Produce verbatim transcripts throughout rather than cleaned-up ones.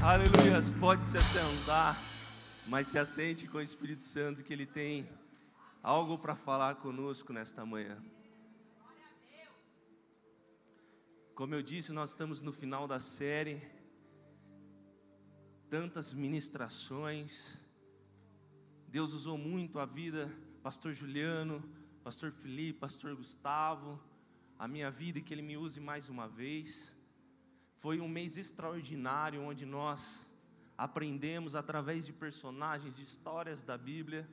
Aleluia, pode se assentar, mas se assente com o Espírito Santo, que Ele tem algo para falar conosco nesta manhã. Como eu disse, nós estamos no final da série, tantas ministrações. Deus usou muito a vida, pastor Juliano, pastor Felipe, pastor Gustavo, a minha vida, e que Ele me use mais uma vez. Foi um mês extraordinário, onde nós aprendemos através de personagens, de histórias da Bíblia,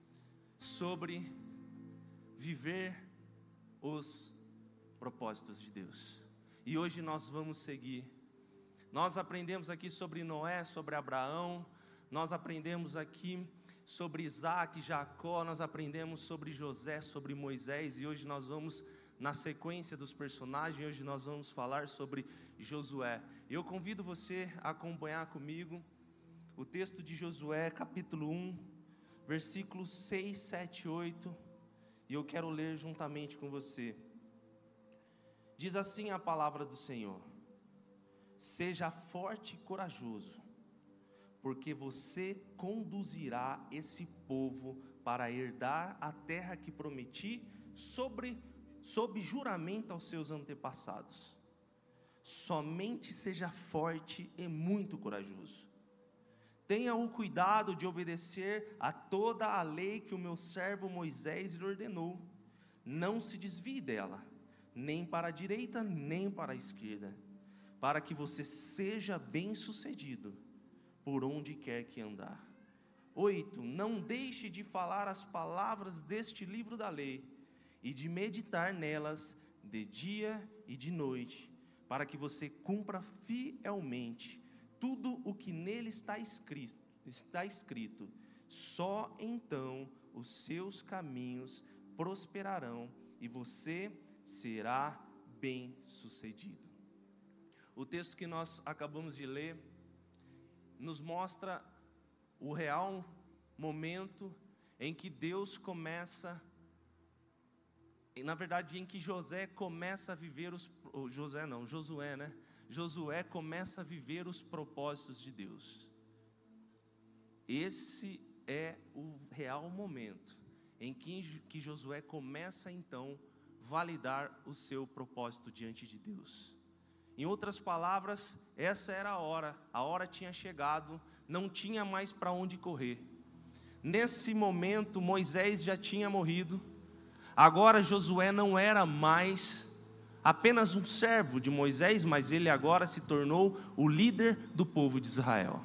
sobre viver os propósitos de Deus. E hoje nós vamos seguir. Nós aprendemos aqui sobre Noé, sobre Abraão, nós aprendemos aqui sobre Isaac, Jacó, nós aprendemos sobre José, sobre Moisés, e hoje nós vamos na sequência dos personagens. Hoje nós vamos falar sobre Josué. Eu convido você a acompanhar comigo o texto de Josué, capítulo um, versículos seis, sete, oito, e eu quero ler juntamente com você. Diz assim a palavra do Senhor: seja forte e corajoso, porque você conduzirá esse povo para herdar a terra que prometi sobre, sob juramento aos seus antepassados. Somente seja forte e muito corajoso. Tenha o cuidado de obedecer a toda a lei que o meu servo Moisés lhe ordenou. Não se desvie dela, nem para a direita, nem para a esquerda, para que você seja bem-sucedido por onde quer que andar. oito. Não deixe de falar as palavras deste livro da lei e de meditar nelas de dia e de noite, para que você cumpra fielmente tudo o que nele está escrito, está escrito. Só então os seus caminhos prosperarão e você será bem-sucedido. O texto que nós acabamos de ler nos mostra o real momento em que Deus começa, na verdade, em que José começa a viver os, José não, Josué, né? Josué começa a viver os propósitos de Deus. Esse é o real momento em que, que Josué começa então validar o seu propósito diante de Deus. Em outras palavras, essa era a hora, a hora tinha chegado, não tinha mais para onde correr. Nesse momento, Moisés já tinha morrido. Agora Josué não era mais apenas um servo de Moisés, mas ele agora se tornou o líder do povo de Israel.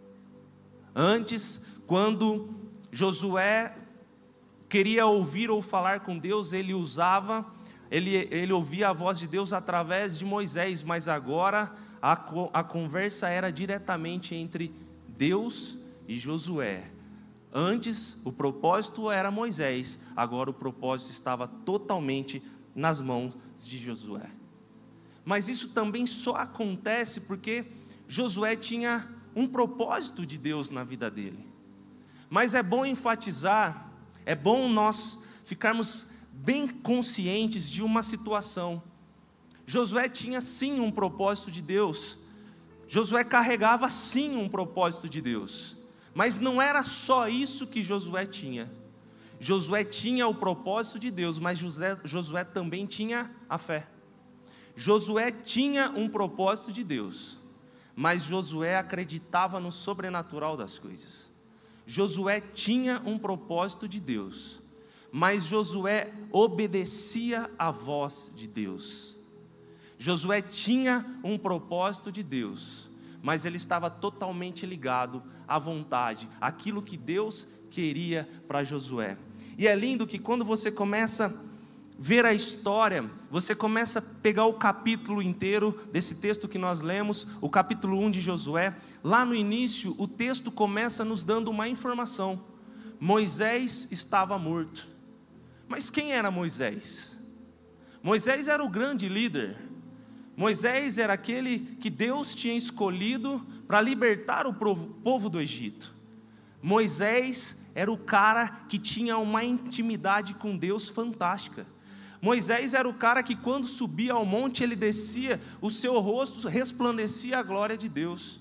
Antes, quando Josué queria ouvir ou falar com Deus, ele usava, ele, ele ouvia a voz de Deus através de Moisés, mas agora a, a conversa era diretamente entre Deus e Josué. Antes o propósito era Moisés, agora o propósito estava totalmente nas mãos de Josué. Mas isso também só acontece porque Josué tinha um propósito de Deus na vida dele. Mas é bom enfatizar, é bom nós ficarmos bem conscientes de uma situação. Josué tinha sim um propósito de Deus, Josué carregava sim um propósito de Deus, mas não era só isso que Josué tinha. Josué tinha o propósito de Deus, mas José, Josué também tinha a fé. Josué tinha um propósito de Deus, mas Josué acreditava no sobrenatural das coisas. Josué tinha um propósito de Deus, mas Josué obedecia à voz de Deus. Josué tinha um propósito de Deus, mas ele estava totalmente ligado à vontade, àquilo que Deus queria para Josué. E é lindo que quando você começa a ver a história, você começa a pegar o capítulo inteiro desse texto que nós lemos, o capítulo um de Josué. Lá no início, o texto começa nos dando uma informação: Moisés estava morto. Mas quem era Moisés? Moisés era o grande líder. Moisés era aquele que Deus tinha escolhido para libertar o povo do Egito. Moisés era o cara que tinha uma intimidade com Deus fantástica. Moisés era o cara que quando subia ao monte, ele descia, o seu rosto resplandecia a glória de Deus.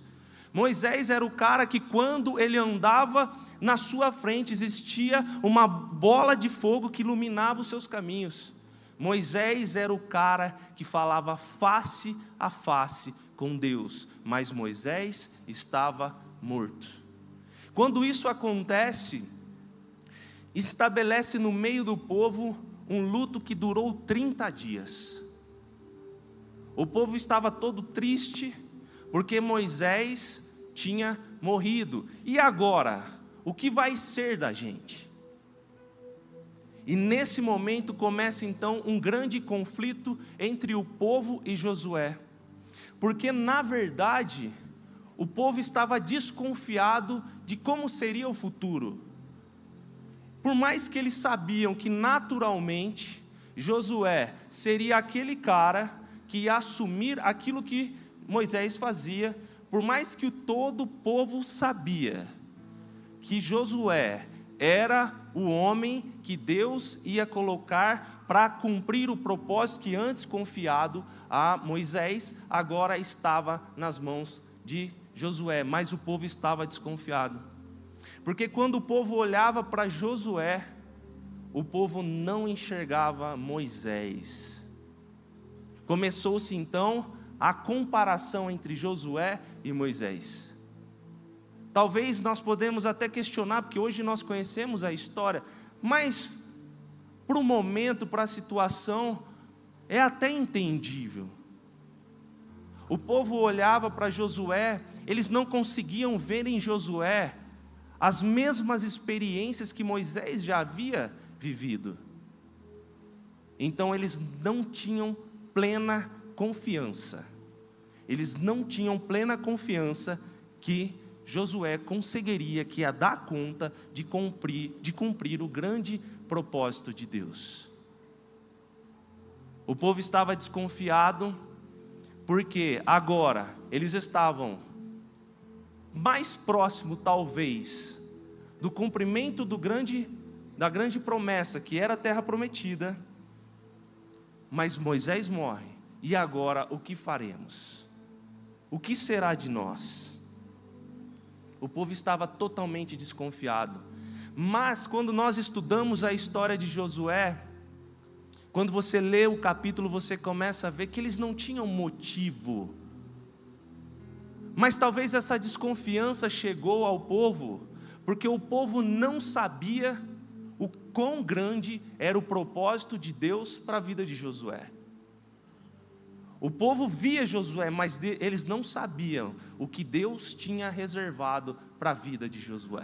Moisés era o cara que, quando ele andava na sua frente, existia uma bola de fogo que iluminava os seus caminhos. Moisés era o cara que falava face a face com Deus, mas Moisés estava morto. Quando isso acontece, estabelece no meio do povo um luto que durou trinta dias. O povo estava todo triste, porque Moisés tinha morrido. E agora, o que vai ser da gente? E nesse momento começa então um grande conflito entre o povo e Josué. Porque na verdade, o povo estava desconfiado de como seria o futuro. Por mais que eles sabiam que naturalmente Josué seria aquele cara que ia assumir aquilo que Moisés fazia, por mais que todo o povo sabia que Josué era o homem que Deus ia colocar para cumprir o propósito que antes confiado a Moisés, agora estava nas mãos de Josué, mas o povo estava desconfiado, porque quando o povo olhava para Josué, o povo não enxergava Moisés. Começou-se então a comparação entre Josué e Moisés. Talvez nós podemos até questionar, porque hoje nós conhecemos a história, mas para o momento, para a situação, é até entendível. O povo olhava para Josué, eles não conseguiam ver em Josué as mesmas experiências que Moisés já havia vivido. Então eles não tinham plena confiança. Eles não tinham plena confiança que Josué conseguiria, que ia dar conta de cumprir, de cumprir o grande propósito de Deus. O povo estava desconfiado, porque agora eles estavam mais próximo, talvez, do cumprimento do grande, da grande promessa, que era a terra prometida, mas Moisés morre, e agora o que faremos? O que será de nós? O povo estava totalmente desconfiado, mas quando nós estudamos a história de Josué, quando você lê o capítulo, você começa a ver que eles não tinham motivo, mas talvez essa desconfiança chegou ao povo, porque o povo não sabia o quão grande era o propósito de Deus para a vida de Josué. O povo via Josué, mas de, eles não sabiam o que Deus tinha reservado para a vida de Josué.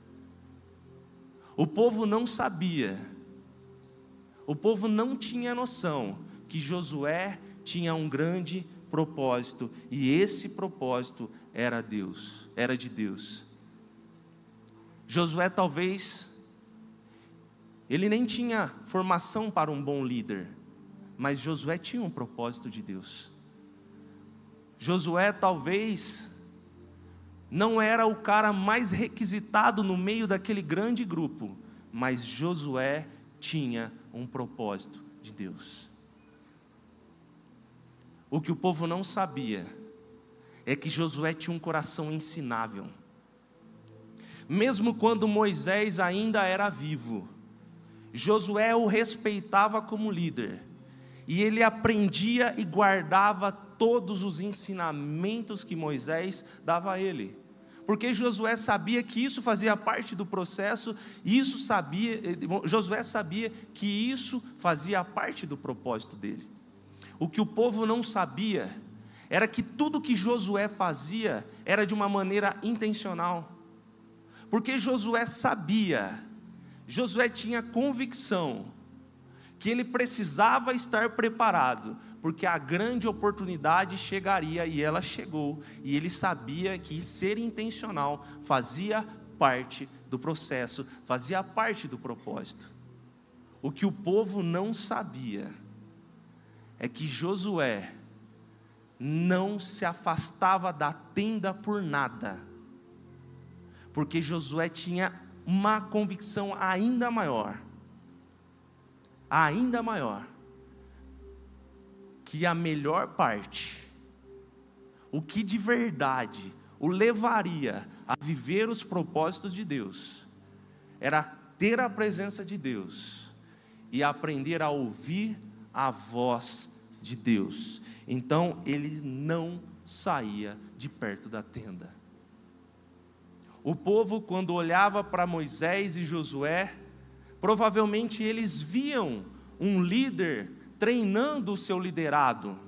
O povo não sabia, o povo não tinha noção que Josué tinha um grande propósito, e esse propósito era Deus, era de Deus. Josué talvez, ele nem tinha formação para um bom líder, mas Josué tinha um propósito de Deus. Josué talvez não era o cara mais requisitado no meio daquele grande grupo, mas Josué tinha um propósito de Deus. O que o povo não sabia é que Josué tinha um coração ensinável. Mesmo quando Moisés ainda era vivo, Josué o respeitava como líder, e ele aprendia e guardava todos os ensinamentos que Moisés dava a ele, porque Josué sabia que isso fazia parte do processo, e isso sabia, Josué sabia que isso fazia parte do propósito dele. O que o povo não sabia era que tudo que Josué fazia era de uma maneira intencional, porque Josué sabia, Josué tinha convicção que ele precisava estar preparado, porque a grande oportunidade chegaria, e ela chegou, e ele sabia que ser intencional fazia parte do processo, fazia parte do propósito. O que o povo não sabia é que Josué não se afastava da tenda por nada, porque Josué tinha uma convicção ainda maior, ainda maior, que a melhor parte, o que de verdade, o levaria a viver os propósitos de Deus era ter a presença de Deus e aprender a ouvir a voz de Deus. Então ele não saía de perto da tenda. O povo, quando olhava para Moisés e Josué, provavelmente eles viam um líder treinando o seu liderado,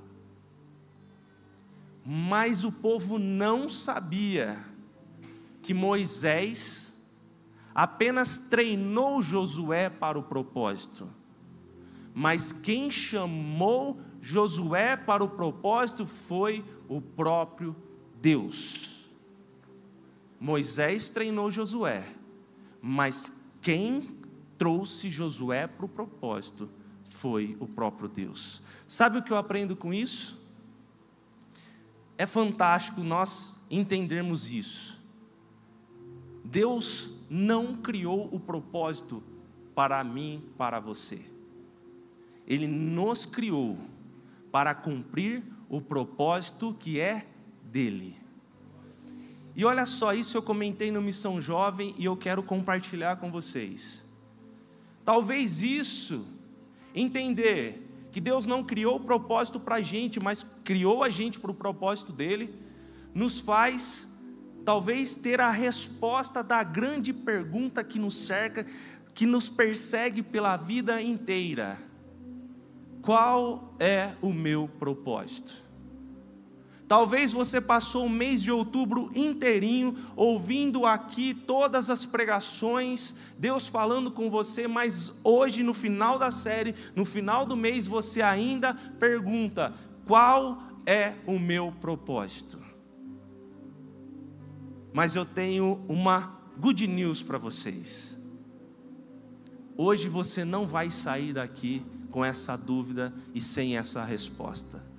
mas o povo não sabia que Moisés apenas treinou Josué para o propósito, mas quem chamou Josué para o propósito foi o próprio Deus. Moisés treinou Josué, mas quem trouxe Josué para o propósito foi o próprio Deus. Sabe o que eu aprendo com isso? É fantástico nós entendermos isso. Deus não criou o propósito para mim, para você. Ele nos criou para cumprir o propósito que é dele. E olha só, isso eu comentei no Missão Jovem e eu quero compartilhar com vocês. Talvez isso, entender que Deus não criou o propósito para a gente, mas criou a gente para o propósito dele, nos faz talvez ter a resposta da grande pergunta que nos cerca, que nos persegue pela vida inteira: qual é o meu propósito? Talvez você passou o mês de outubro inteirinho ouvindo aqui todas as pregações, Deus falando com você, mas hoje no final da série, no final do mês, você ainda pergunta: qual é o meu propósito? Mas eu tenho uma good news para vocês. Hoje você não vai sair daqui com essa dúvida e sem essa resposta.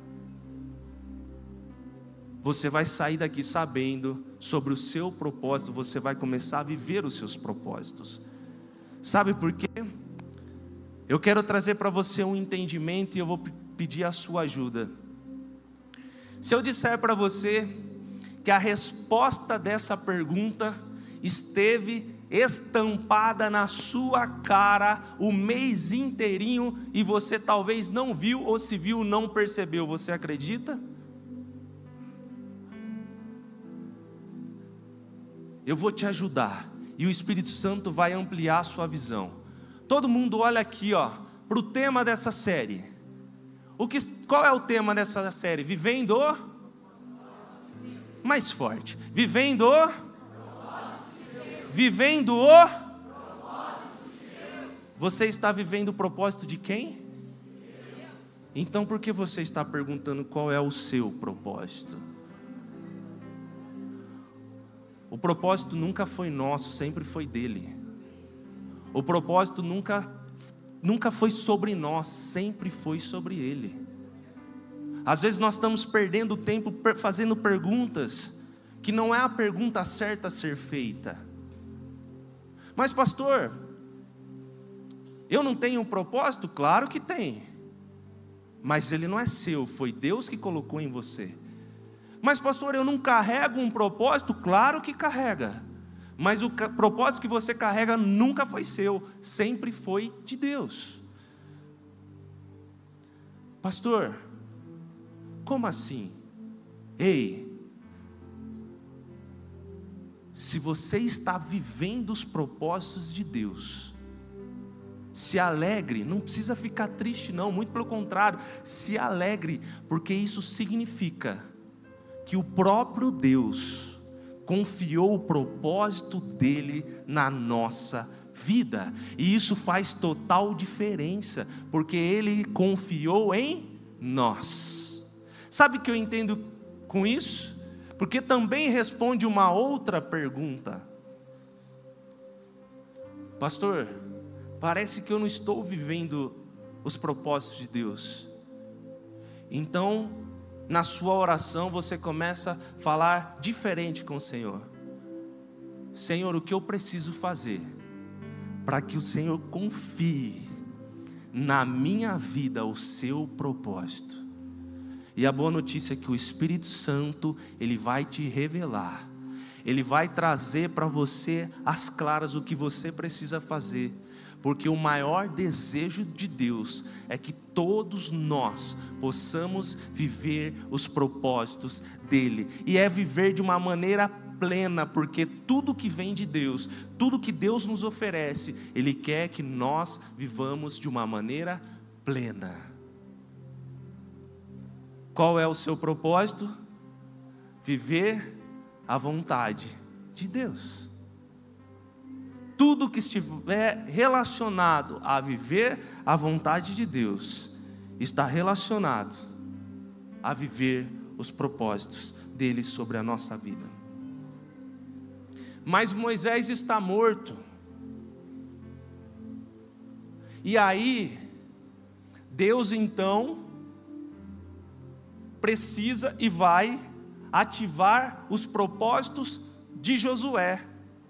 Você vai sair daqui sabendo sobre o seu propósito, você vai começar a viver os seus propósitos. Sabe por quê? Eu quero trazer para você um entendimento e eu vou pedir a sua ajuda. Se eu disser para você que a resposta dessa pergunta esteve estampada na sua cara o mês inteirinho e você talvez não viu, ou se viu não percebeu, você acredita? Eu vou te ajudar e o Espírito Santo vai ampliar a sua visão. Todo mundo olha aqui, ó, para o tema dessa série. O que, qual é o tema dessa série? Vivendo o... mais forte. Vivendo o... Vivendo o... Você está vivendo o propósito de quem? Então por que você está perguntando qual é o seu propósito? O propósito nunca foi nosso, sempre foi dele. O propósito nunca, nunca foi sobre nós, sempre foi sobre ele. Às vezes nós estamos perdendo tempo fazendo perguntas que não é a pergunta certa a ser feita. Mas pastor, eu não tenho um propósito? Claro que tem. Mas ele não é seu, foi Deus que colocou em você. Mas pastor, eu não carrego um propósito? Claro que carrega. Mas o propósito que você carrega nunca foi seu, sempre foi de Deus. Pastor, como assim? Ei, se você está vivendo os propósitos de Deus, se alegre, não precisa ficar triste não, muito pelo contrário, se alegre, porque isso significa que o próprio Deus confiou o propósito dele na nossa vida, e isso faz total diferença, porque ele confiou em nós. Sabe o que eu entendo com isso? Porque também responde uma outra pergunta. Pastor, parece que eu não estou vivendo os propósitos de Deus. Então, na sua oração você começa a falar diferente com o Senhor. Senhor, o que eu preciso fazer para que o Senhor confie na minha vida o seu propósito? E a boa notícia é que o Espírito Santo, ele vai te revelar. Ele vai trazer para você às claras o que você precisa fazer. Porque o maior desejo de Deus é que todos nós possamos viver os propósitos dEle. E é viver de uma maneira plena, porque tudo que vem de Deus, tudo que Deus nos oferece, Ele quer que nós vivamos de uma maneira plena. Qual é o seu propósito? Viver a vontade de Deus. Tudo que estiver relacionado a viver a vontade de Deus, está relacionado a viver os propósitos dele sobre a nossa vida. Mas Moisés está morto. E aí, Deus então precisa e vai ativar os propósitos de Josué.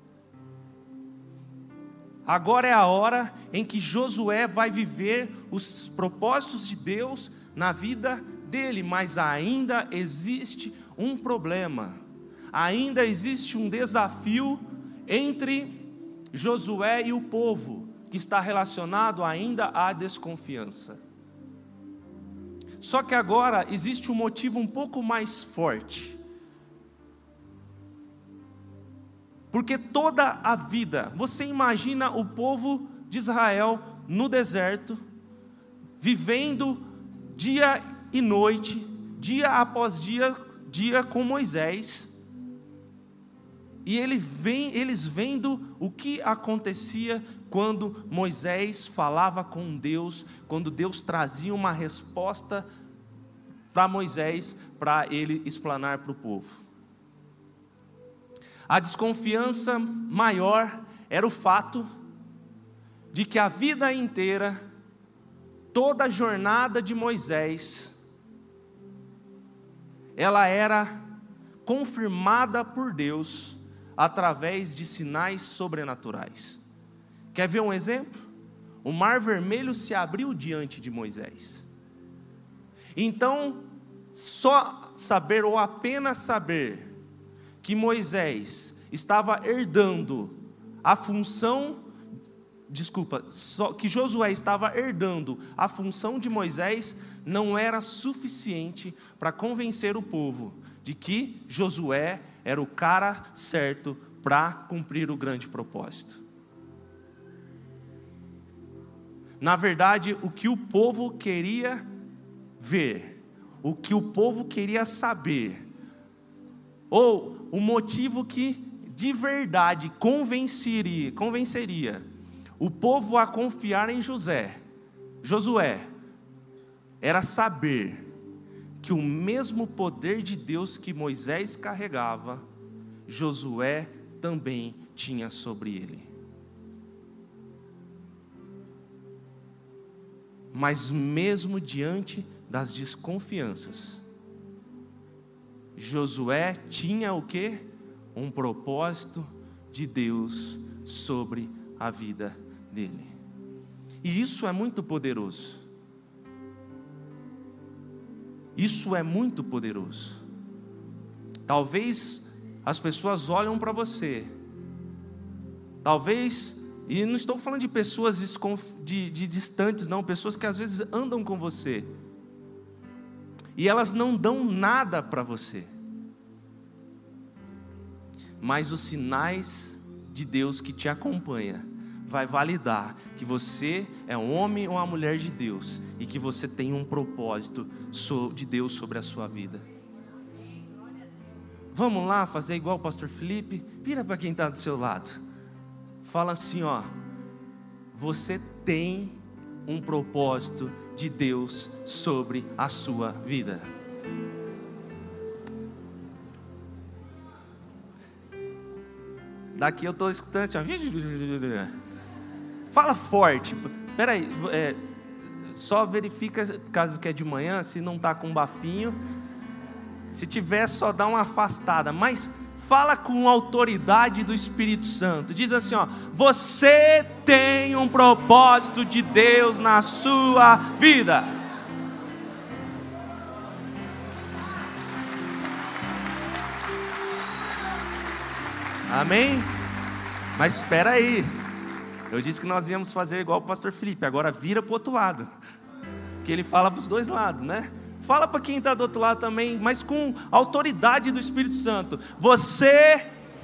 Agora é a hora em que Josué vai viver os propósitos de Deus na vida dele, mas ainda existe um problema, ainda existe um desafio entre Josué e o povo, que está relacionado ainda à desconfiança. Só que agora existe um motivo um pouco mais forte. Porque toda a vida, você imagina o povo de Israel no deserto, vivendo dia e noite, dia após dia, dia com Moisés, e ele vem, eles vendo o que acontecia quando Moisés falava com Deus, quando Deus trazia uma resposta para Moisés, para ele explanar para o povo. A desconfiança maior era o fato de que a vida inteira, toda a jornada de Moisés, ela era confirmada por Deus através de sinais sobrenaturais. Quer ver um exemplo? O Mar Vermelho se abriu diante de Moisés. Então, só saber ou apenas saber que Moisés estava herdando a função, desculpa, só, que Josué estava herdando a função de Moisés, não era suficiente para convencer o povo de que Josué era o cara certo para cumprir o grande propósito. Na verdade, o que o povo queria ver, o que o povo queria saber, ou o motivo que de verdade convenceria, convenceria o povo a confiar em José, Josué, era saber que o mesmo poder de Deus que Moisés carregava, Josué também tinha sobre ele. Mas mesmo diante das desconfianças, Josué tinha o quê? Um propósito de Deus sobre a vida dele. E isso é muito poderoso. Isso é muito poderoso. Talvez as pessoas olham para você. Talvez, e não estou falando de pessoas de, de distantes, não, pessoas que às vezes andam com você. E elas não dão nada para você. Mas os sinais de Deus que te acompanha vai validar que você é um homem ou uma mulher de Deus e que você tem um propósito de Deus sobre a sua vida. Vamos lá fazer igual o pastor Felipe? Vira para quem está do seu lado. Fala assim, ó: você tem um propósito de Deus sobre a sua vida. Daqui eu estou escutando assim, ó. Fala forte. Espera aí, é, só verifica, caso que é de manhã, se não está com bafinho. Se tiver, só dá uma afastada. Mas fala com autoridade do Espírito Santo. Diz assim, ó: você tem um propósito de Deus na sua vida. Amém? Mas espera aí. Eu disse que nós íamos fazer igual o pastor Felipe. Agora vira para o outro lado. Que ele fala para os dois lados, né? Fala para quem está do outro lado também, mas com a autoridade do Espírito Santo. Você,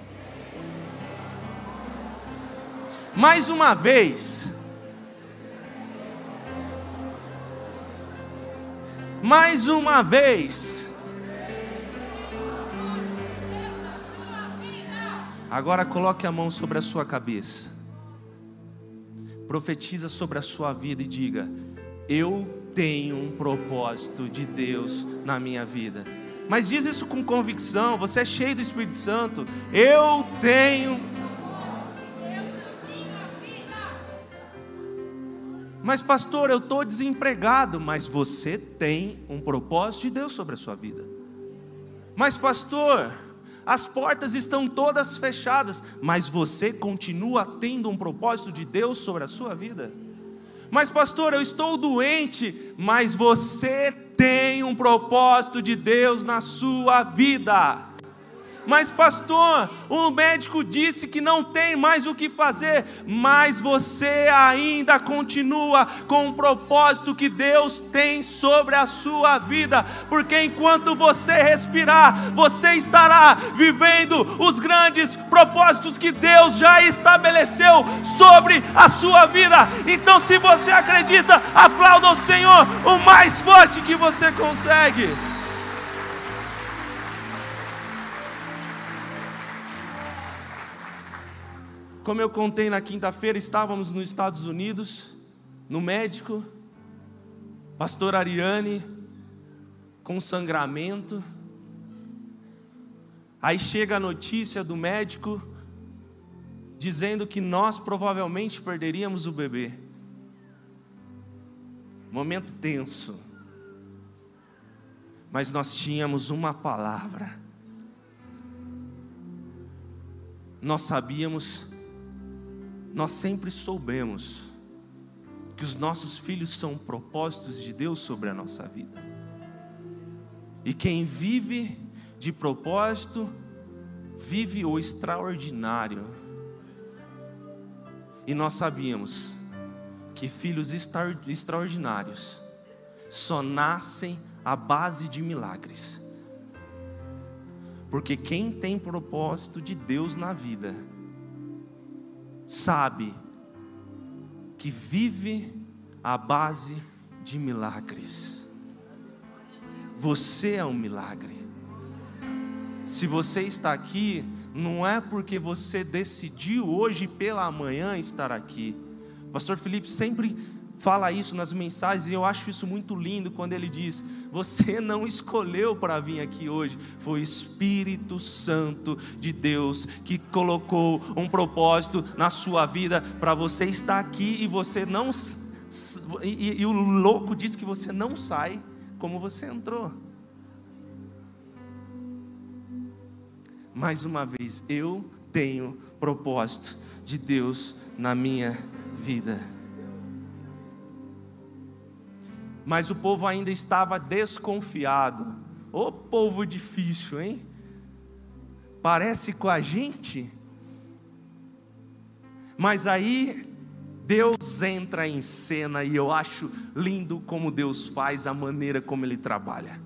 mais uma vez, mais uma vez, agora coloque a mão sobre a sua cabeça, profetiza sobre a sua vida e diga: eu tenho um propósito de Deus na minha vida. Mas diz isso com convicção, você é cheio do Espírito Santo. Eu tenho. Mas pastor, eu estou desempregado. Mas você tem um propósito de Deus sobre a sua vida. Mas pastor, as portas estão todas fechadas. Mas você continua tendo um propósito de Deus sobre a sua vida. Mas pastor, eu estou doente. Mas você tem um propósito de Deus na sua vida. Mas pastor, o médico disse que não tem mais o que fazer. Mas você ainda continua com o propósito que Deus tem sobre a sua vida. Porque enquanto você respirar, você estará vivendo os grandes propósitos que Deus já estabeleceu sobre a sua vida. Então, se você acredita, aplauda o Senhor o mais forte que você consegue. Como eu contei na quinta-feira, estávamos nos Estados Unidos, no médico, pastor Ariane, com sangramento. Aí chega a notícia do médico, dizendo que nós provavelmente perderíamos o bebê. Momento tenso. Mas nós tínhamos uma palavra. Nós sabíamos... Nós sempre soubemos que os nossos filhos são propósitos de Deus sobre a nossa vida. E quem vive de propósito, vive o extraordinário. E nós sabíamos que filhos extra- extraordinários só nascem à base de milagres. Porque quem tem propósito de Deus na vida, sabe que vive à base de milagres. Você é um milagre. Se você está aqui, não é porque você decidiu hoje pela manhã estar aqui. O pastor Felipe sempre fala isso nas mensagens, e eu acho isso muito lindo quando ele diz: você não escolheu para vir aqui hoje, foi o Espírito Santo de Deus que colocou um propósito na sua vida para você estar aqui, e você não e, e o louco diz que você não sai como você entrou. Mais uma vez, eu tenho propósito de Deus na minha vida. Mas o povo ainda estava desconfiado. Ô povo difícil, hein? Parece com a gente. Mas aí Deus entra em cena, e eu acho lindo como Deus faz, a maneira como Ele trabalha.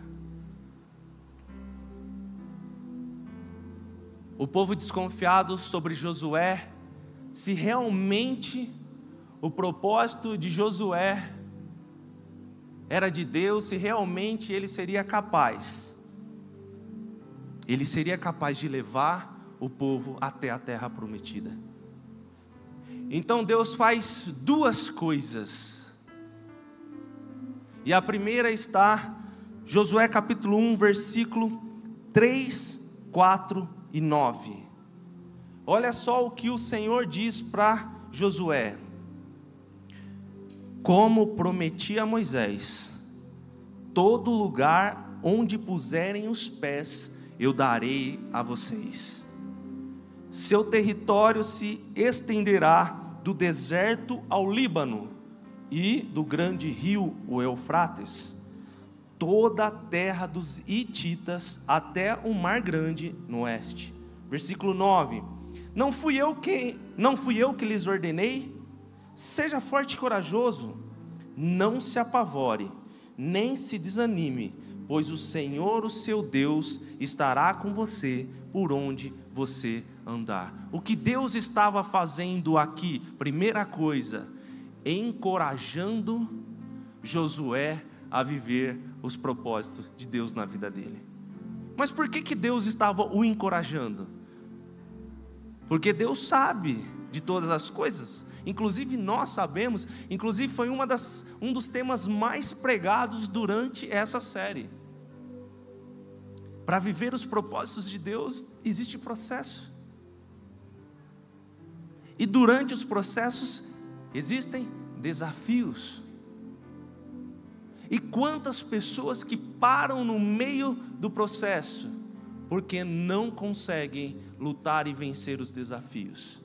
O povo desconfiado sobre Josué, se realmente o propósito de Josué era de Deus, se realmente ele seria capaz, ele seria capaz de levar o povo até a terra prometida. Então Deus faz duas coisas, e a primeira está, Josué capítulo um, versículo três, quatro e nove. Olha só o que o Senhor diz para Josué: como prometi a Moisés, todo lugar onde puserem os pés, eu darei a vocês. Seu território se estenderá do deserto ao Líbano, e do grande rio, o Eufrates, toda a terra dos hititas até o mar grande no oeste, Versículo nove: Não fui eu que, não fui eu que lhes ordenei? Seja forte e corajoso, não se apavore, nem se desanime, pois o Senhor, o seu Deus, estará com você por onde você andar. O que Deus estava fazendo aqui? Primeira coisa, encorajando Josué a viver os propósitos de Deus na vida dele. Mas por que que Deus estava o encorajando? Porque Deus sabe de todas as coisas, inclusive nós sabemos, inclusive foi uma das, um dos temas mais pregados durante essa série. Para viver os propósitos de Deus, existe processo. E durante os processos, existem desafios. E quantas pessoas que param no meio do processo, porque não conseguem lutar e vencer os desafios.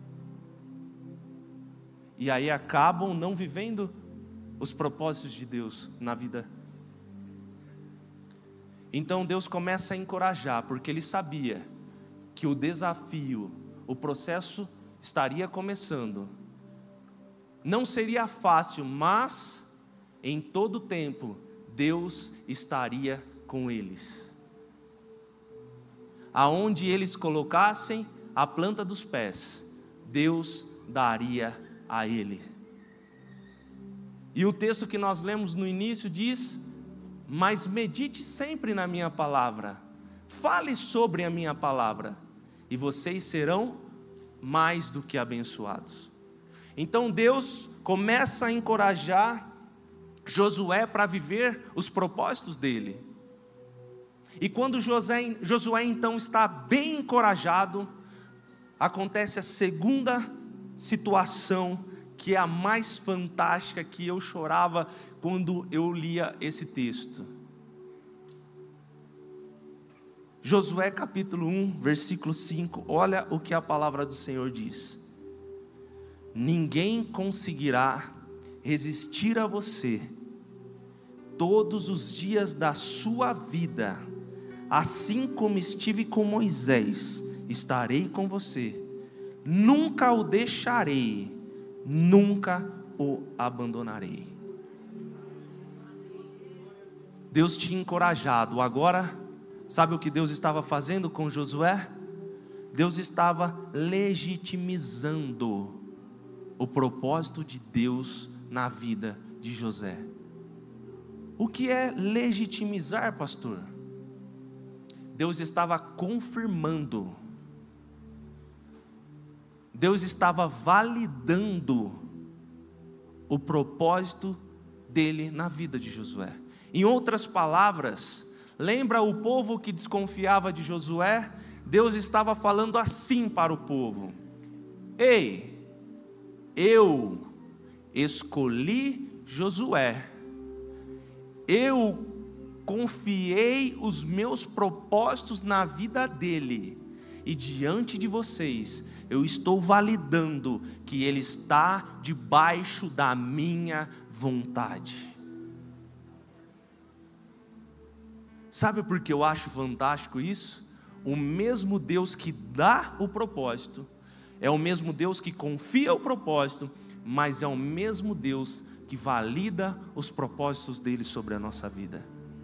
E aí acabam não vivendo os propósitos de Deus na vida. Então Deus começa a encorajar, porque Ele sabia que o desafio, o processo estaria começando. Não seria fácil, mas em todo tempo Deus estaria com eles. Aonde eles colocassem a planta dos pés, Deus daria a ele. E o texto que nós lemos no início diz: mas medite sempre na minha palavra, fale sobre a minha palavra, e vocês serão mais do que abençoados. Então Deus começa a encorajar Josué para viver os propósitos dele. E quando José, Josué então está bem encorajado, acontece a segunda situação, que é a mais fantástica, que eu chorava quando eu lia esse texto. Josué capítulo um, versículo cinco, olha o que a palavra do Senhor diz: ninguém conseguirá resistir a você todos os dias da sua vida. Assim como estive com Moisés, estarei com você, nunca o deixarei, nunca o abandonarei. Deus tinha encorajado. Agora, sabe o que Deus estava fazendo com Josué? Deus estava legitimizando o propósito de Deus na vida de José. O que é legitimizar, pastor? Deus estava confirmando, Deus estava validando o propósito dele na vida de Josué. Em outras palavras, lembra o povo que desconfiava de Josué? Deus estava falando assim para o povo: ei, eu escolhi Josué, eu confiei os meus propósitos na vida dele, e diante de vocês, eu estou validando que ele está debaixo da minha vontade. Sabe por que eu acho fantástico isso? O mesmo Deus que dá o propósito, é o mesmo Deus que confia o propósito, mas é o mesmo Deus que valida os propósitos dele sobre a nossa vida.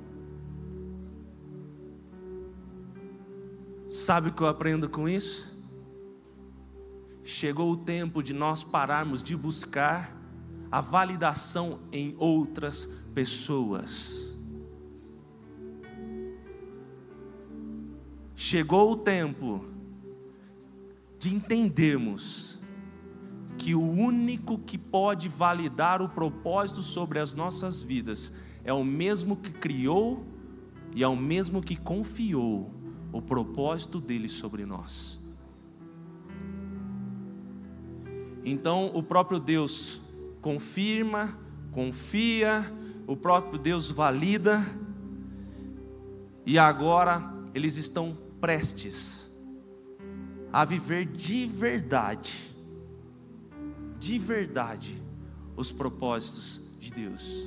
Sabe o que eu aprendo com isso? Chegou o tempo de nós pararmos de buscar a validação em outras pessoas. Chegou o tempo de entendermos que o único que pode validar o propósito sobre as nossas vidas é o mesmo que criou e é o mesmo que confiou o propósito dele sobre nós. Então o próprio Deus confirma, confia, o próprio Deus valida, e agora eles estão prestes a viver de verdade, de verdade, os propósitos de Deus.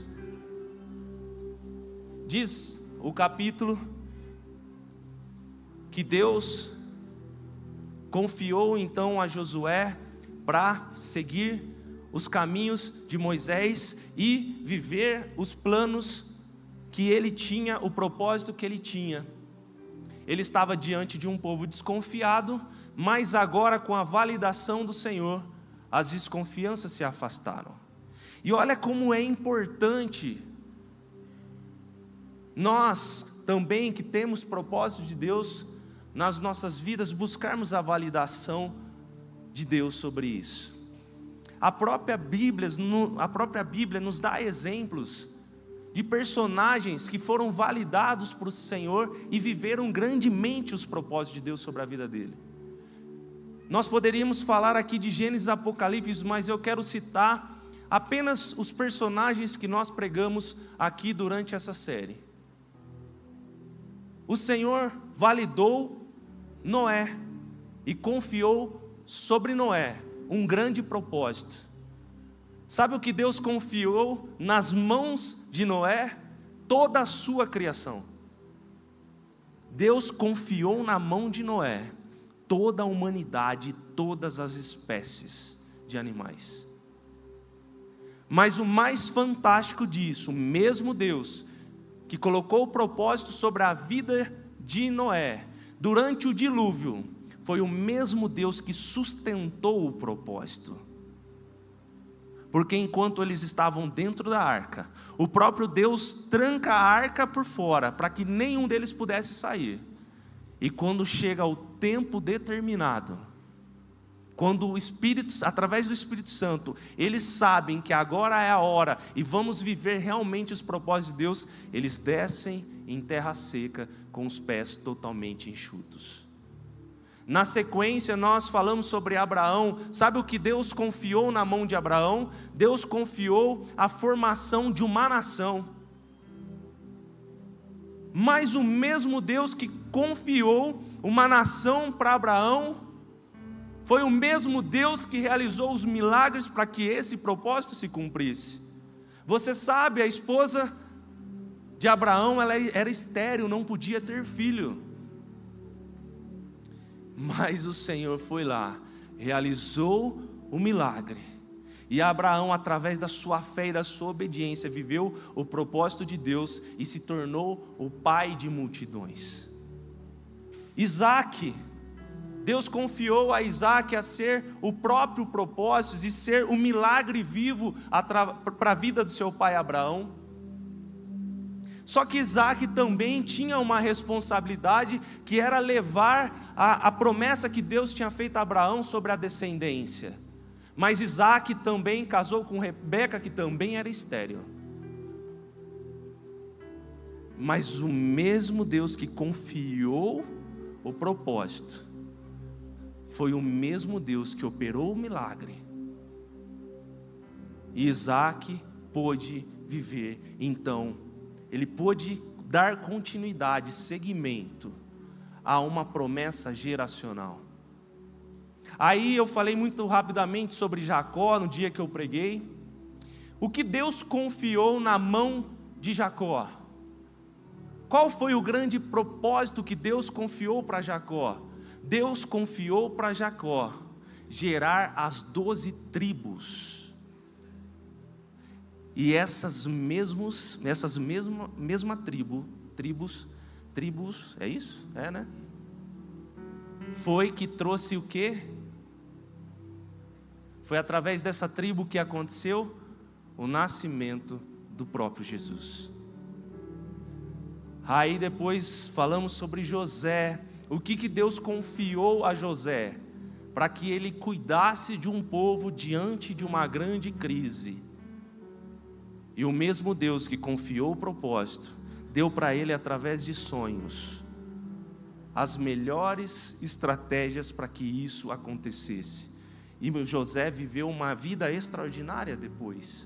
Diz o capítulo que Deus confiou então a Josué para seguir os caminhos de Moisés e viver os planos que ele tinha, o propósito que ele tinha. Ele estava diante de um povo desconfiado, mas agora com a validação do Senhor, as desconfianças se afastaram. E olha como é importante nós também que temos propósito de Deus nas nossas vidas, buscarmos a validação de Deus sobre isso. A própria Bíblia, a própria Bíblia nos dá exemplos de personagens que foram validados por Senhor e viveram grandemente os propósitos de Deus sobre a vida dele. Nós poderíamos falar aqui de Gênesis e Apocalipse, mas eu quero citar apenas os personagens que nós pregamos aqui durante essa série. O Senhor validou Noé e confiou sobre Noé um grande propósito. Sabe o que Deus confiou nas mãos de Noé? Toda a sua criação. Deus confiou na mão de Noé toda a humanidade, todas as espécies de animais. Mas o mais fantástico disso, o mesmo Deus que colocou o propósito sobre a vida de Noé durante o dilúvio, foi o mesmo Deus que sustentou o propósito. Porque enquanto eles estavam dentro da arca, o próprio Deus tranca a arca por fora, para que nenhum deles pudesse sair. E quando chega o tempo determinado, quando o Espírito, através do Espírito Santo, eles sabem que agora é a hora e vamos viver realmente os propósitos de Deus, eles descem em terra seca com os pés totalmente enxutos. Na sequência nós falamos sobre Abraão. Sabe o que Deus confiou na mão de Abraão? Deus confiou a formação de uma nação. Mas o mesmo Deus que confiou uma nação para Abraão, foi o mesmo Deus que realizou os milagres para que esse propósito se cumprisse. Você sabe, a esposa de Abraão, ela era estéril, não podia ter filho. Mas o Senhor foi lá, realizou o milagre. E Abraão, através da sua fé e da sua obediência, viveu o propósito de Deus e se tornou o pai de multidões. Isaque, Deus confiou a Isaque a ser o próprio propósito e ser o milagre vivo para a vida do seu pai Abraão. Só que Isaque também tinha uma responsabilidade, que era levar a, a promessa que Deus tinha feito a Abraão sobre a descendência. Mas Isaque também casou com Rebeca, que também era estéril. Mas o mesmo Deus que confiou o propósito, foi o mesmo Deus que operou o milagre. E Isaque pôde viver, então, ele pôde dar continuidade, seguimento a uma promessa geracional. Aí eu falei muito rapidamente sobre Jacó no dia que eu preguei. O que Deus confiou na mão de Jacó? Qual foi o grande propósito que Deus confiou para Jacó? Deus confiou para Jacó gerar as doze tribos. E essas mesmos, essas mesma, mesma tribo, tribos, tribos, é isso? É, né? Foi que trouxe o quê? Foi através dessa tribo que aconteceu o nascimento do próprio Jesus. Aí depois falamos sobre José. O que que Deus confiou a José? Para que ele cuidasse de um povo diante de uma grande crise. E o mesmo Deus que confiou o propósito, deu para ele através de sonhos as melhores estratégias para que isso acontecesse. E José viveu uma vida extraordinária depois.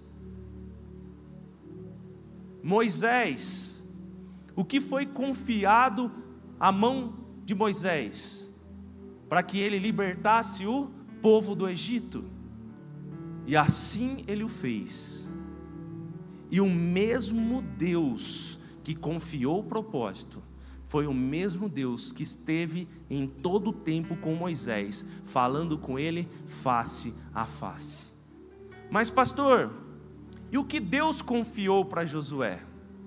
Moisés, o que foi confiado à mão de Moisés? Para que ele libertasse o povo do Egito. E assim ele o fez. E o mesmo Deus que confiou o propósito, foi o mesmo Deus que esteve em todo o tempo com Moisés, falando com ele face a face. Mas pastor, e o que Deus confiou para Josué?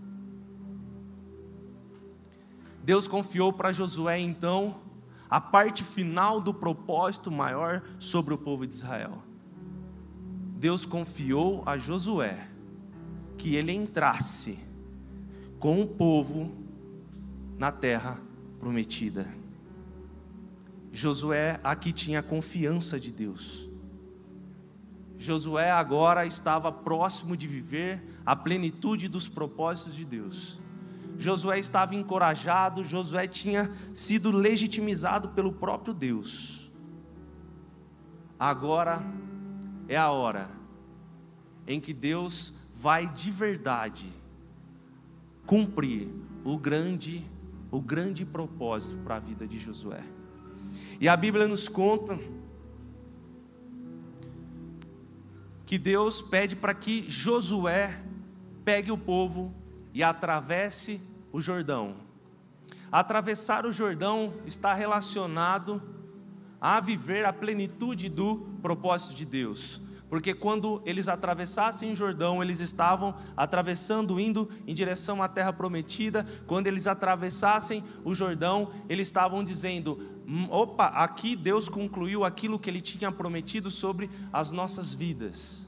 Deus confiou para Josué então a parte final do propósito maior sobre o povo de Israel. Deus confiou a Josué que ele entrasse com o povo na terra prometida. Josué aqui tinha confiança de Deus. Josué agora estava próximo de viver a plenitude dos propósitos de Deus. Josué estava encorajado, Josué tinha sido legitimizado pelo próprio Deus. Agora é a hora em que Deus vai de verdade cumprir o grande, o grande propósito para a vida de Josué. E a Bíblia nos conta que Deus pede para que Josué pegue o povo e atravesse o Jordão. Atravessar o Jordão está relacionado a viver a plenitude do propósito de Deus. Porque quando eles atravessassem o Jordão, eles estavam atravessando, indo em direção à terra prometida. Quando eles atravessassem o Jordão, eles estavam dizendo: opa, aqui Deus concluiu aquilo que Ele tinha prometido sobre as nossas vidas.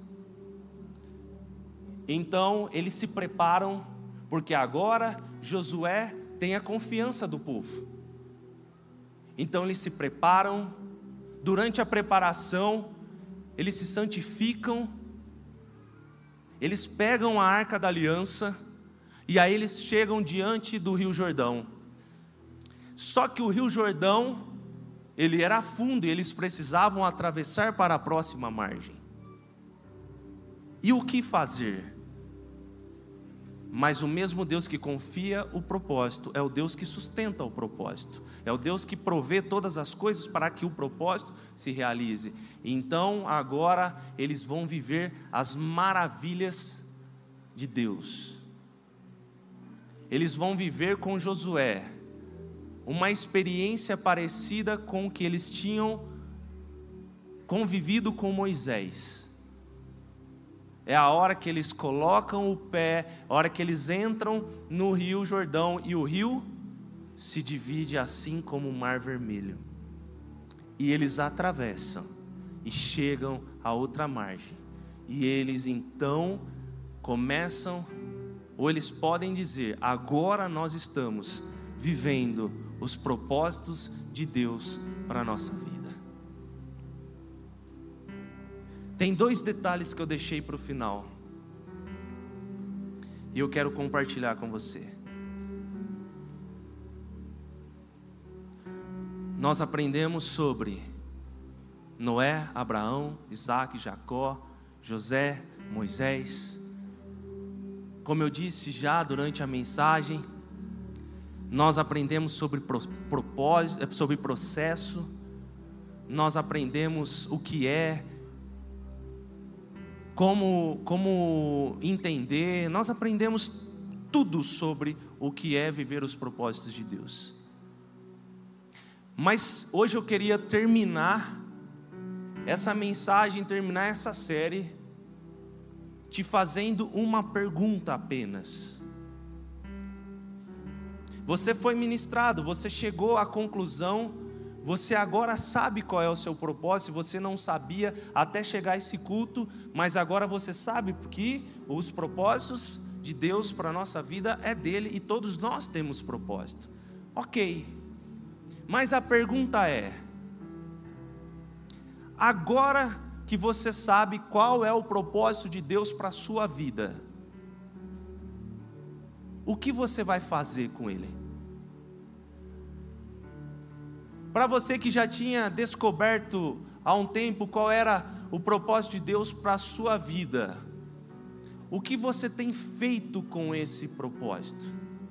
Então eles se preparam, porque agora Josué tem a confiança do povo. Então eles se preparam. Durante a preparação, eles se santificam, eles pegam a arca da aliança, e aí eles chegam diante do rio Jordão. Só que o rio Jordão, ele era fundo, e eles precisavam atravessar para a próxima margem. E o que fazer? Mas o mesmo Deus que confia o propósito, é o Deus que sustenta o propósito, é o Deus que provê todas as coisas para que o propósito se realize. Então agora eles vão viver as maravilhas de Deus. Eles vão viver com Josué uma experiência parecida com o que eles tinham convivido com Moisés. É a hora que eles colocam o pé, a hora que eles entram no rio Jordão, e o rio se divide assim como o Mar Vermelho. E eles atravessam e chegam à outra margem. E eles então começam, ou eles podem dizer: agora nós estamos vivendo os propósitos de Deus para a nossa vida. Tem dois detalhes que eu deixei para o final, e eu quero compartilhar com você. Nós aprendemos sobre Noé, Abraão, Isaac, Jacó, José, Moisés. Como eu disse já durante a mensagem, nós aprendemos sobre propósito, sobre processo, nós aprendemos o que é, Como, como entender, nós aprendemos tudo sobre o que é viver os propósitos de Deus. Mas hoje eu queria terminar essa mensagem, terminar essa série, te fazendo uma pergunta apenas. Você foi ministrado, você chegou à conclusão, você agora sabe qual é o seu propósito. Você não sabia até chegar a esse culto, mas agora você sabe que os propósitos de Deus para a nossa vida é dele, e todos nós temos propósito. Ok, mas a pergunta é: agora que você sabe qual é o propósito de Deus para a sua vida, o que você vai fazer com ele? Para você que já tinha descoberto há um tempo qual era o propósito de Deus para a sua vida, o que você tem feito com esse propósito?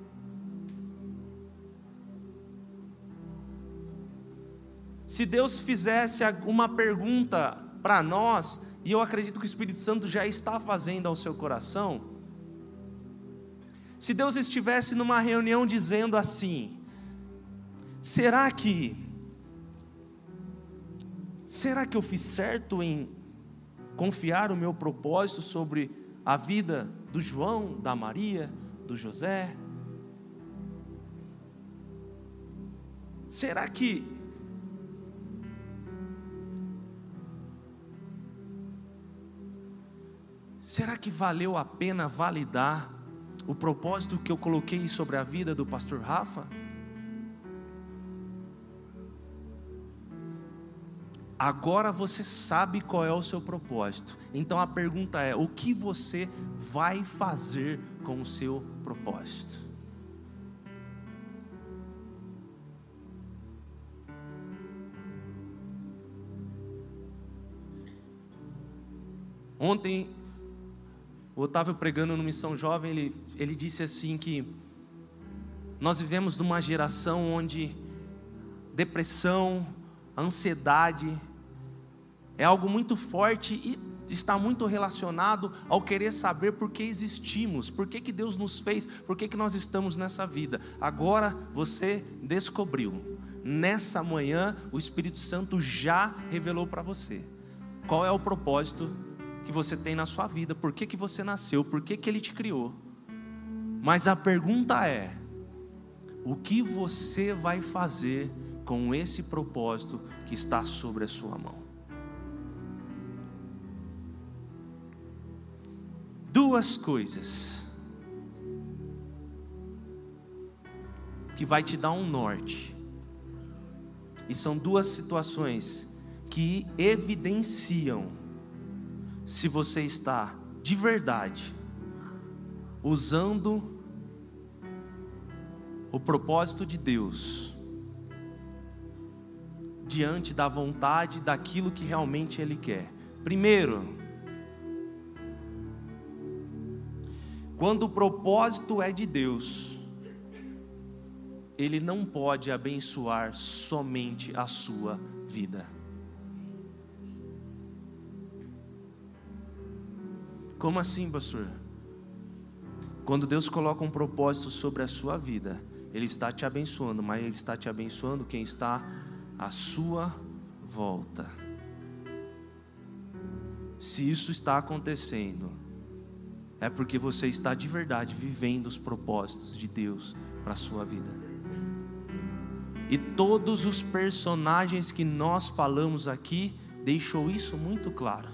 Se Deus fizesse uma pergunta para nós, e eu acredito que o Espírito Santo já está fazendo ao seu coração, se Deus estivesse numa reunião dizendo assim: será que, será que eu fiz certo em confiar o meu propósito sobre a vida do João, da Maria, do José? Será que será que valeu a pena validar o propósito que eu coloquei sobre a vida do pastor Rafa? Agora você sabe qual é o seu propósito. Então a pergunta é: o que você vai fazer com o seu propósito? Ontem, o Otávio pregando no Missão Jovem, ele, ele disse assim que nós vivemos numa geração onde depressão, ansiedade é algo muito forte e está muito relacionado ao querer saber por que existimos, por que, que Deus nos fez, por que, que nós estamos nessa vida. Agora você descobriu, nessa manhã o Espírito Santo já revelou para você qual é o propósito que você tem na sua vida, por que, que você nasceu, por que, que Ele te criou. Mas a pergunta é: o que você vai fazer com esse propósito que está sobre a sua mão? Duas coisas que vai te dar um norte, e são duas situações que evidenciam se você está de verdade usando o propósito de Deus diante da vontade daquilo que realmente Ele quer. Primeiro, quando o propósito é de Deus, Ele não pode abençoar somente a sua vida. Como assim, pastor? Quando Deus coloca um propósito sobre a sua vida, Ele está te abençoando, mas Ele está te abençoando quem está à sua volta. Se isso está acontecendo, é porque você está de verdade vivendo os propósitos de Deus para a sua vida. E todos os personagens que nós falamos aqui deixou isso muito claro.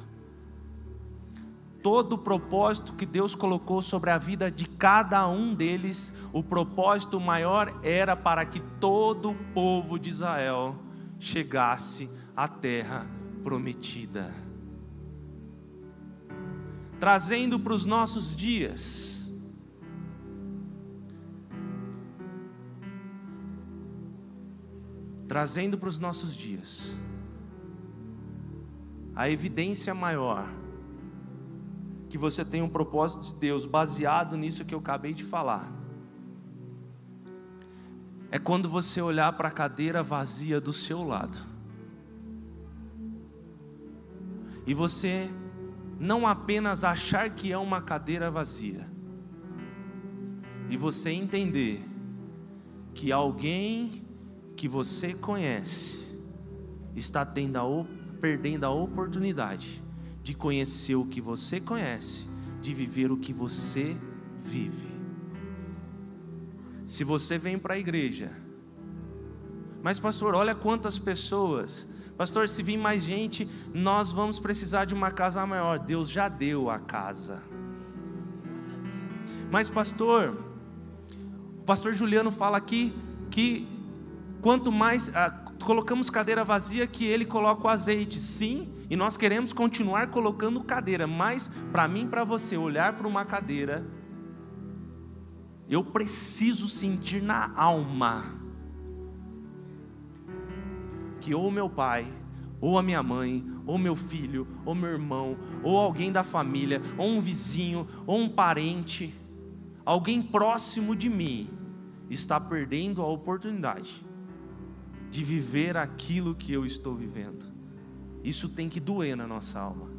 Todo o propósito que Deus colocou sobre a vida de cada um deles, o propósito maior era para que todo o povo de Israel chegasse à terra prometida. Trazendo para os nossos dias, trazendo para os nossos dias, a evidência maior que você tem um propósito de Deus baseado nisso que eu acabei de falar, é quando você olhar para a cadeira vazia do seu lado, e você não apenas achar que é uma cadeira vazia, e você entender que alguém que você conhece está tendo a, perdendo a oportunidade de conhecer o que você conhece, de viver o que você vive. Se você vem para a igreja, mas pastor, olha quantas pessoas. Pastor, se vir mais gente, nós vamos precisar de uma casa maior. Deus já deu a casa. Mas pastor, o pastor Juliano fala aqui que quanto mais ah, colocamos cadeira vazia, que ele coloca o azeite. Sim, e nós queremos continuar colocando cadeira, mas para mim e para você olhar para uma cadeira, eu preciso sentir na alma que ou meu pai, ou a minha mãe, ou meu filho, ou meu irmão, ou alguém da família, ou um vizinho, ou um parente, alguém próximo de mim, está perdendo a oportunidade de viver aquilo que eu estou vivendo. Isso tem que doer na nossa alma.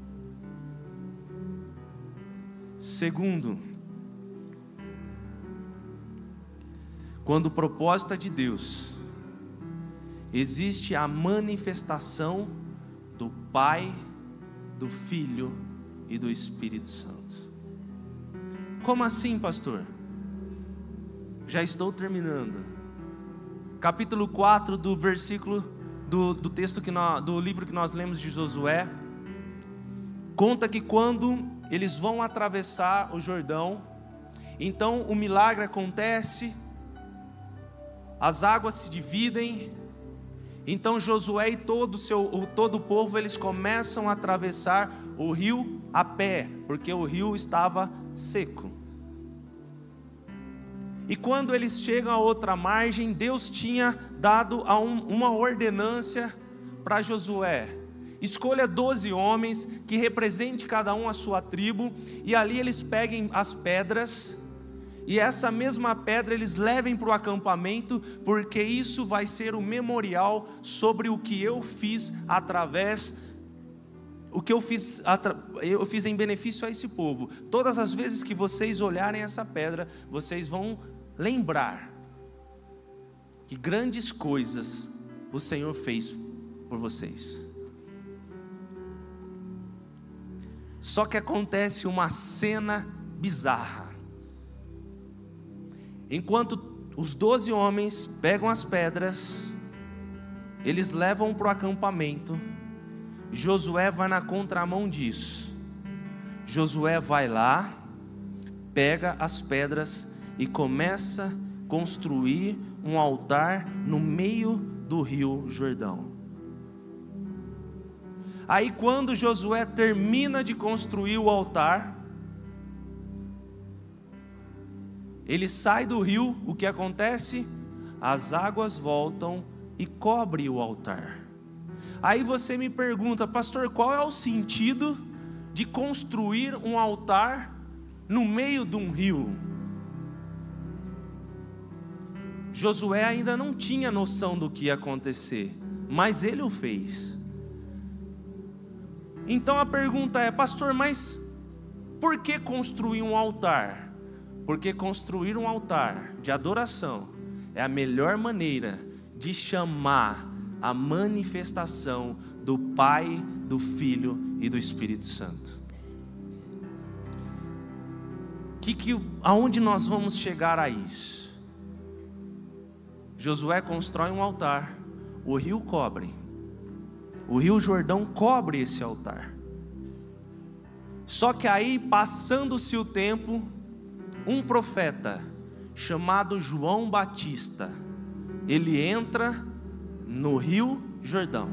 Segundo, quando o propósito é de Deus, existe a manifestação do Pai, do Filho e do Espírito Santo. Como assim, pastor? Já estou terminando. Capítulo quatro do versículo do, do texto que nós, do livro que nós lemos de Josué, conta que quando eles vão atravessar o Jordão, então o milagre acontece, as águas se dividem. Então Josué e todo o, seu, todo o povo, eles começam a atravessar o rio a pé, porque o rio estava seco. E quando eles chegam a outra margem, Deus tinha dado a um, uma ordenância para Josué: escolha doze homens, que represente cada um a sua tribo, e ali eles peguem as pedras, e essa mesma pedra eles levem para o acampamento, porque isso vai ser o memorial sobre o que eu fiz através, o que eu fiz, eu fiz em benefício a esse povo. Todas as vezes que vocês olharem essa pedra, vocês vão lembrar que grandes coisas o Senhor fez por vocês. Só que acontece uma cena bizarra. Enquanto os doze homens pegam as pedras, eles levam para o acampamento, Josué vai na contramão disso. Josué vai lá, pega as pedras e começa a construir um altar no meio do rio Jordão. Aí quando Josué termina de construir o altar, ele sai do rio, o que acontece? As águas voltam e cobrem o altar. Aí você me pergunta: pastor, qual é o sentido de construir um altar no meio de um rio? Josué ainda não tinha noção do que ia acontecer, mas ele o fez. Então a pergunta é: pastor, mas por que construir um altar? Porque construir um altar de adoração é a melhor maneira de chamar a manifestação do Pai, do Filho e do Espírito Santo. Que, que, aonde nós vamos chegar a isso? Josué constrói um altar, o rio cobre, o rio Jordão cobre esse altar. Só que aí, passando-se o tempo, um profeta chamado João Batista, ele entra no rio Jordão,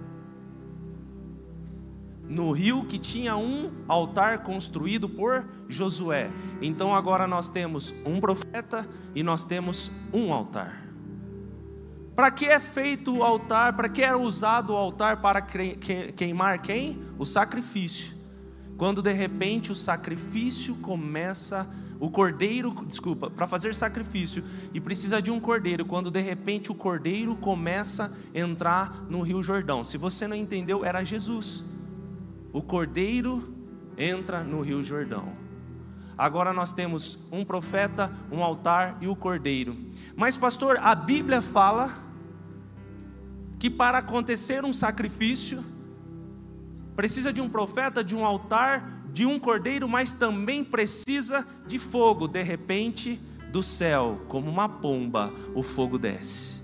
no rio que tinha um altar construído por Josué. Então agora nós temos um profeta e nós temos um altar. Para que é feito o altar? Para que era usado o altar? Para queimar quem? O sacrifício. Quando de repente o sacrifício começa, o cordeiro, desculpa, para fazer sacrifício, e precisa de um cordeiro, quando de repente o cordeiro começa a entrar no rio Jordão. Se você não entendeu, era Jesus. O cordeiro entra no rio Jordão. Agora nós temos um profeta, um altar e o cordeiro. Mas pastor, a Bíblia fala que para acontecer um sacrifício precisa de um profeta, de um altar, de um cordeiro, mas também precisa de fogo. De repente, do céu, como uma pomba, o fogo desce.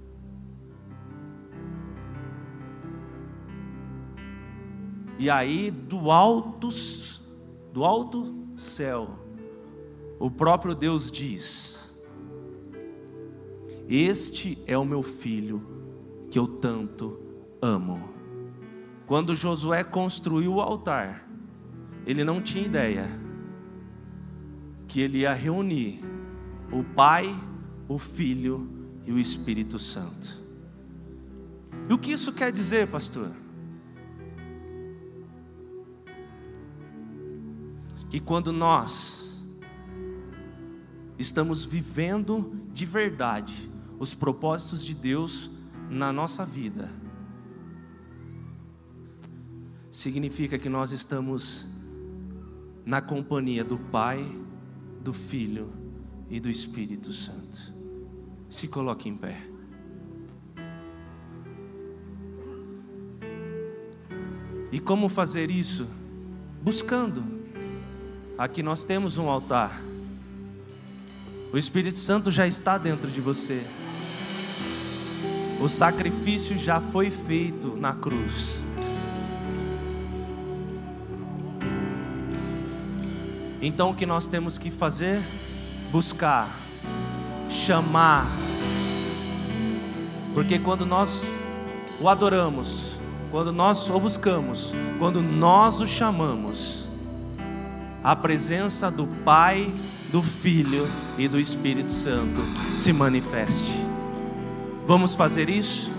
E aí, do alto, do alto céu, o próprio Deus diz: este é o meu filho, que eu tanto amo. Quando Josué construiu o altar, ele não tinha ideia que ele ia reunir o Pai, o Filho e o Espírito Santo. E o que isso quer dizer, pastor? Que quando nós estamos vivendo de verdade os propósitos de Deus na nossa vida, significa que nós estamos na companhia do Pai, do Filho e do Espírito Santo. Se coloque em pé. E como fazer isso? Buscando. Aqui nós temos um altar. O Espírito Santo já está dentro de você. O sacrifício já foi feito na cruz. Então o que nós temos que fazer? Buscar, chamar. Porque quando nós o adoramos, quando nós o buscamos, quando nós o chamamos, a presença do Pai, do Filho e do Espírito Santo se manifeste. Vamos fazer isso?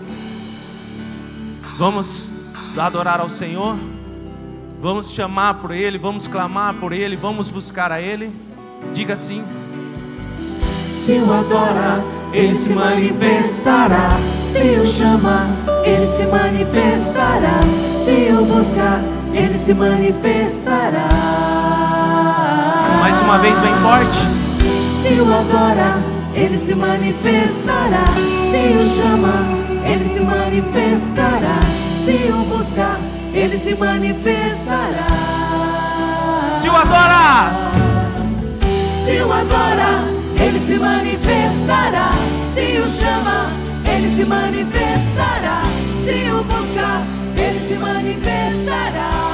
Vamos adorar ao Senhor? Vamos chamar por Ele, vamos clamar por Ele, vamos buscar a Ele? Diga assim: se o adorar, Ele se manifestará. Se o chamar, Ele se manifestará. Se o buscar, Ele se manifestará. Mais uma vez bem forte. Se o adorar, Ele se manifestará. Se o chamar, Ele se manifestará. Se o buscar, Ele se manifestará. Se o adorar, se o adorar, Ele se manifestará. Se o chamar, Ele se manifestará. Se o buscar, Ele se manifestará.